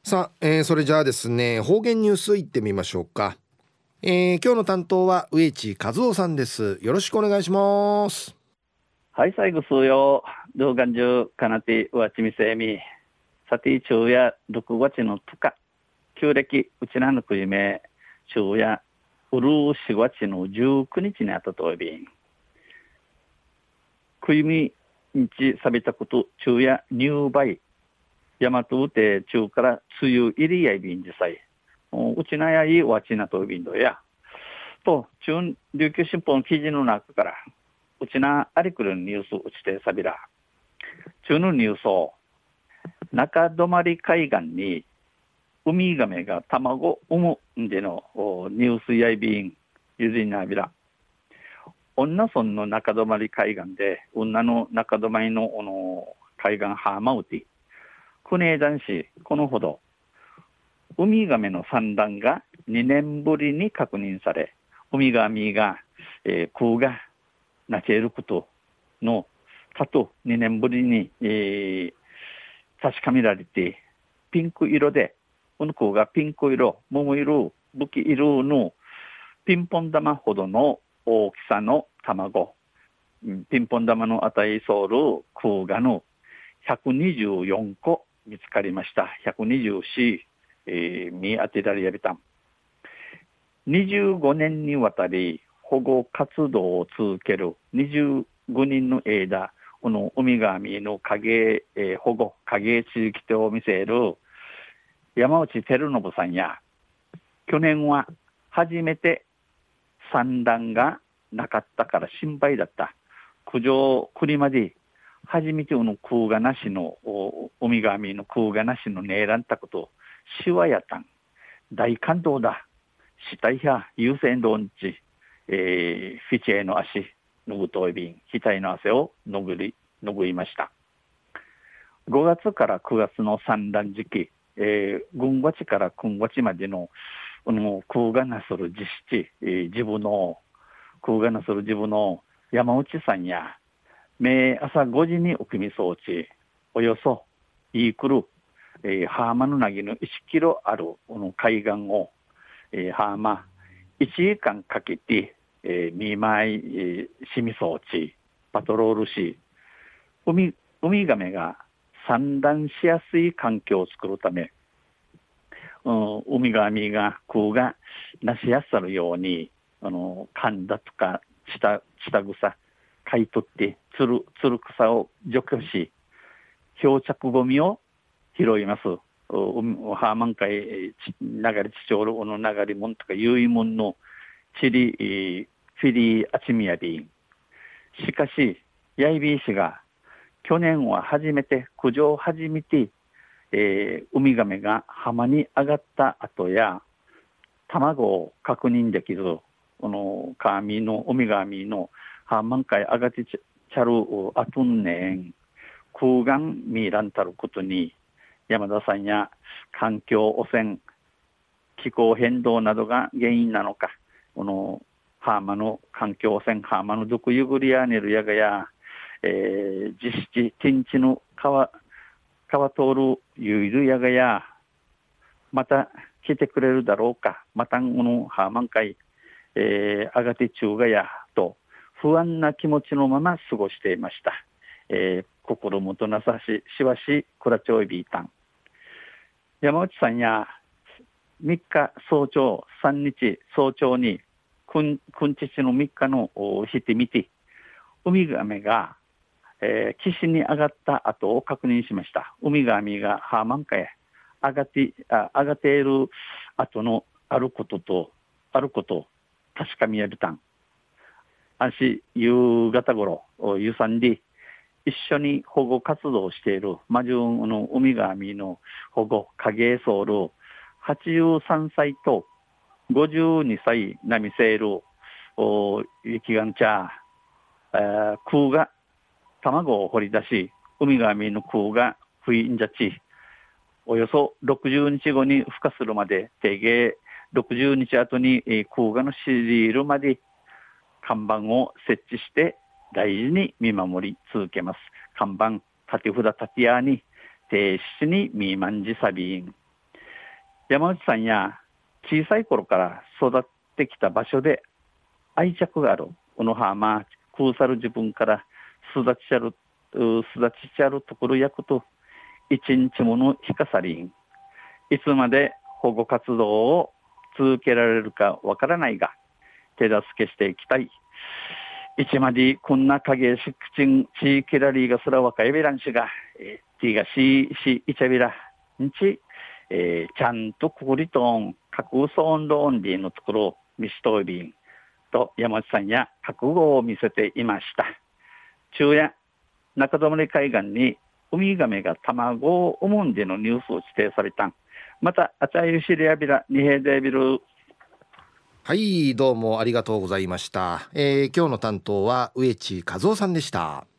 さあ、それじゃあですね、方言ニュースいってみましょうか。今日の担当は植地和夫さんです。よろしくお願いします。 はい、最後数曜、動画中、かなて、うわちみせみ、さて、昼夜、6月のとか、旧暦、うちなのくいめ、昼夜、うるう4月の19日にあたといびん。くいみ、日さびたこと、昼夜、入梅、大和うて、中から梅雨入りやいびんじさい。うちなやいわちなといびんどや。と、中、琉球新報の記事の中から、うちなありくるニュースうちてさびら。中のニュースを、中泊海岸にウミガメが卵を産むんでのニュースやいびんゆずいなびら。女村の中泊海岸で女の中泊の海岸ハーマウティ国枝男子このほどウミガメの産卵が2年ぶりに確認され、ウミガメが、空がなけることのかと2年ぶりに、確かめられて、ピンク色で、この子がピンク色、桃色、武器色のピンポン玉ほどの大きさの卵、ピンポン玉の値ソール、空がの124個見つかりました。124、見当てられやびたん。25年にわたり保護活動を続ける25人の間、このウミガメの影、保護、影地域を見せる山内照信さんや、去年は初めて産卵がなかったから心配だった。駆除国まで初めての空がなしの、ウミガメの空がなしのねえらんたこと、しわやたん。大感動だ。したいや優先度んち、フィチェの足、ぬぐといびん、額の汗を拭いました。5月から9月の産卵時期、軍月から君月までの空がなする実施、自分の空がなする自分の山内さんや、朝5時におくみ装置、およそイークル、ハーマのなぎの1キロあるこの海岸を、ハーマ1時間かけて、見舞い、しみ装置、パトロールし、ウミガメが産卵しやすい環境を作るため、ウミガメが空がなしやすさるように、噛んだとか下草、買い取ってつる草を除去し、漂着ゴミを拾います。ハーマン海流れ地長の流れもんとかゆいもんのチリフィリーアチミヤビン。しかしヤイビー氏が去年は初めて駆除を始めて、ウミガメが浜に上がった後や卵を確認できず、このカーミのウミガメのハーマン海上がってちゃるあとんねん空間ミーランたることに山田さんや環境汚染、気候変動などが原因なのか、このハーマの環境汚染、ハーマの毒ゆぐりやねるやがや、実質天地の川通るゆいるやがや、また来てくれるだろうか、またこのハーマン海、あがて中がやと不安な気持ちのまま過ごしていました。心もとなさしわしくらちょいびいたん。山内さんや3日早朝、3日早朝に、くんちちの3日の日見て、ウミガメが、岸に上がった後を確認しました。ウミガメがハーマン海へ上がっている後のあることを確かめやるたん。夕方頃、夕3時、一緒に保護活動をしているマジュンのウミガメの保護影ソール83歳と52歳なみせる雪がんちゃ空が卵を掘り出しウミガメの空が不意んじゃちおよそ60日後に孵化するまで定芸60日後に空がのシリールまで看板を設置して大事に見守り続けます。看板、立て札立て屋に、停止に見まんじさびん。 山内さんや小さい頃から育ってきた場所で愛着があるこの浜空さる自分から育ちちゃるところやこと一日もの日かさりんいつまで保護活動を続けられるかわからないが手助けしていきたい。一までこんな影しくちんちキラリーがすら若いべらんしがティがしいちゃびらんちちゃんとくぐりとん核ソーンローンディのところを見しといびんと山内さんや覚悟を見せていました。昼夜中泊海岸にウミガメが卵を産むんでのニュースを指定されたん。またあちゃゆしりやびらにへでびる。 はい、どうもありがとうございました。今日の担当は植地和夫さんでした。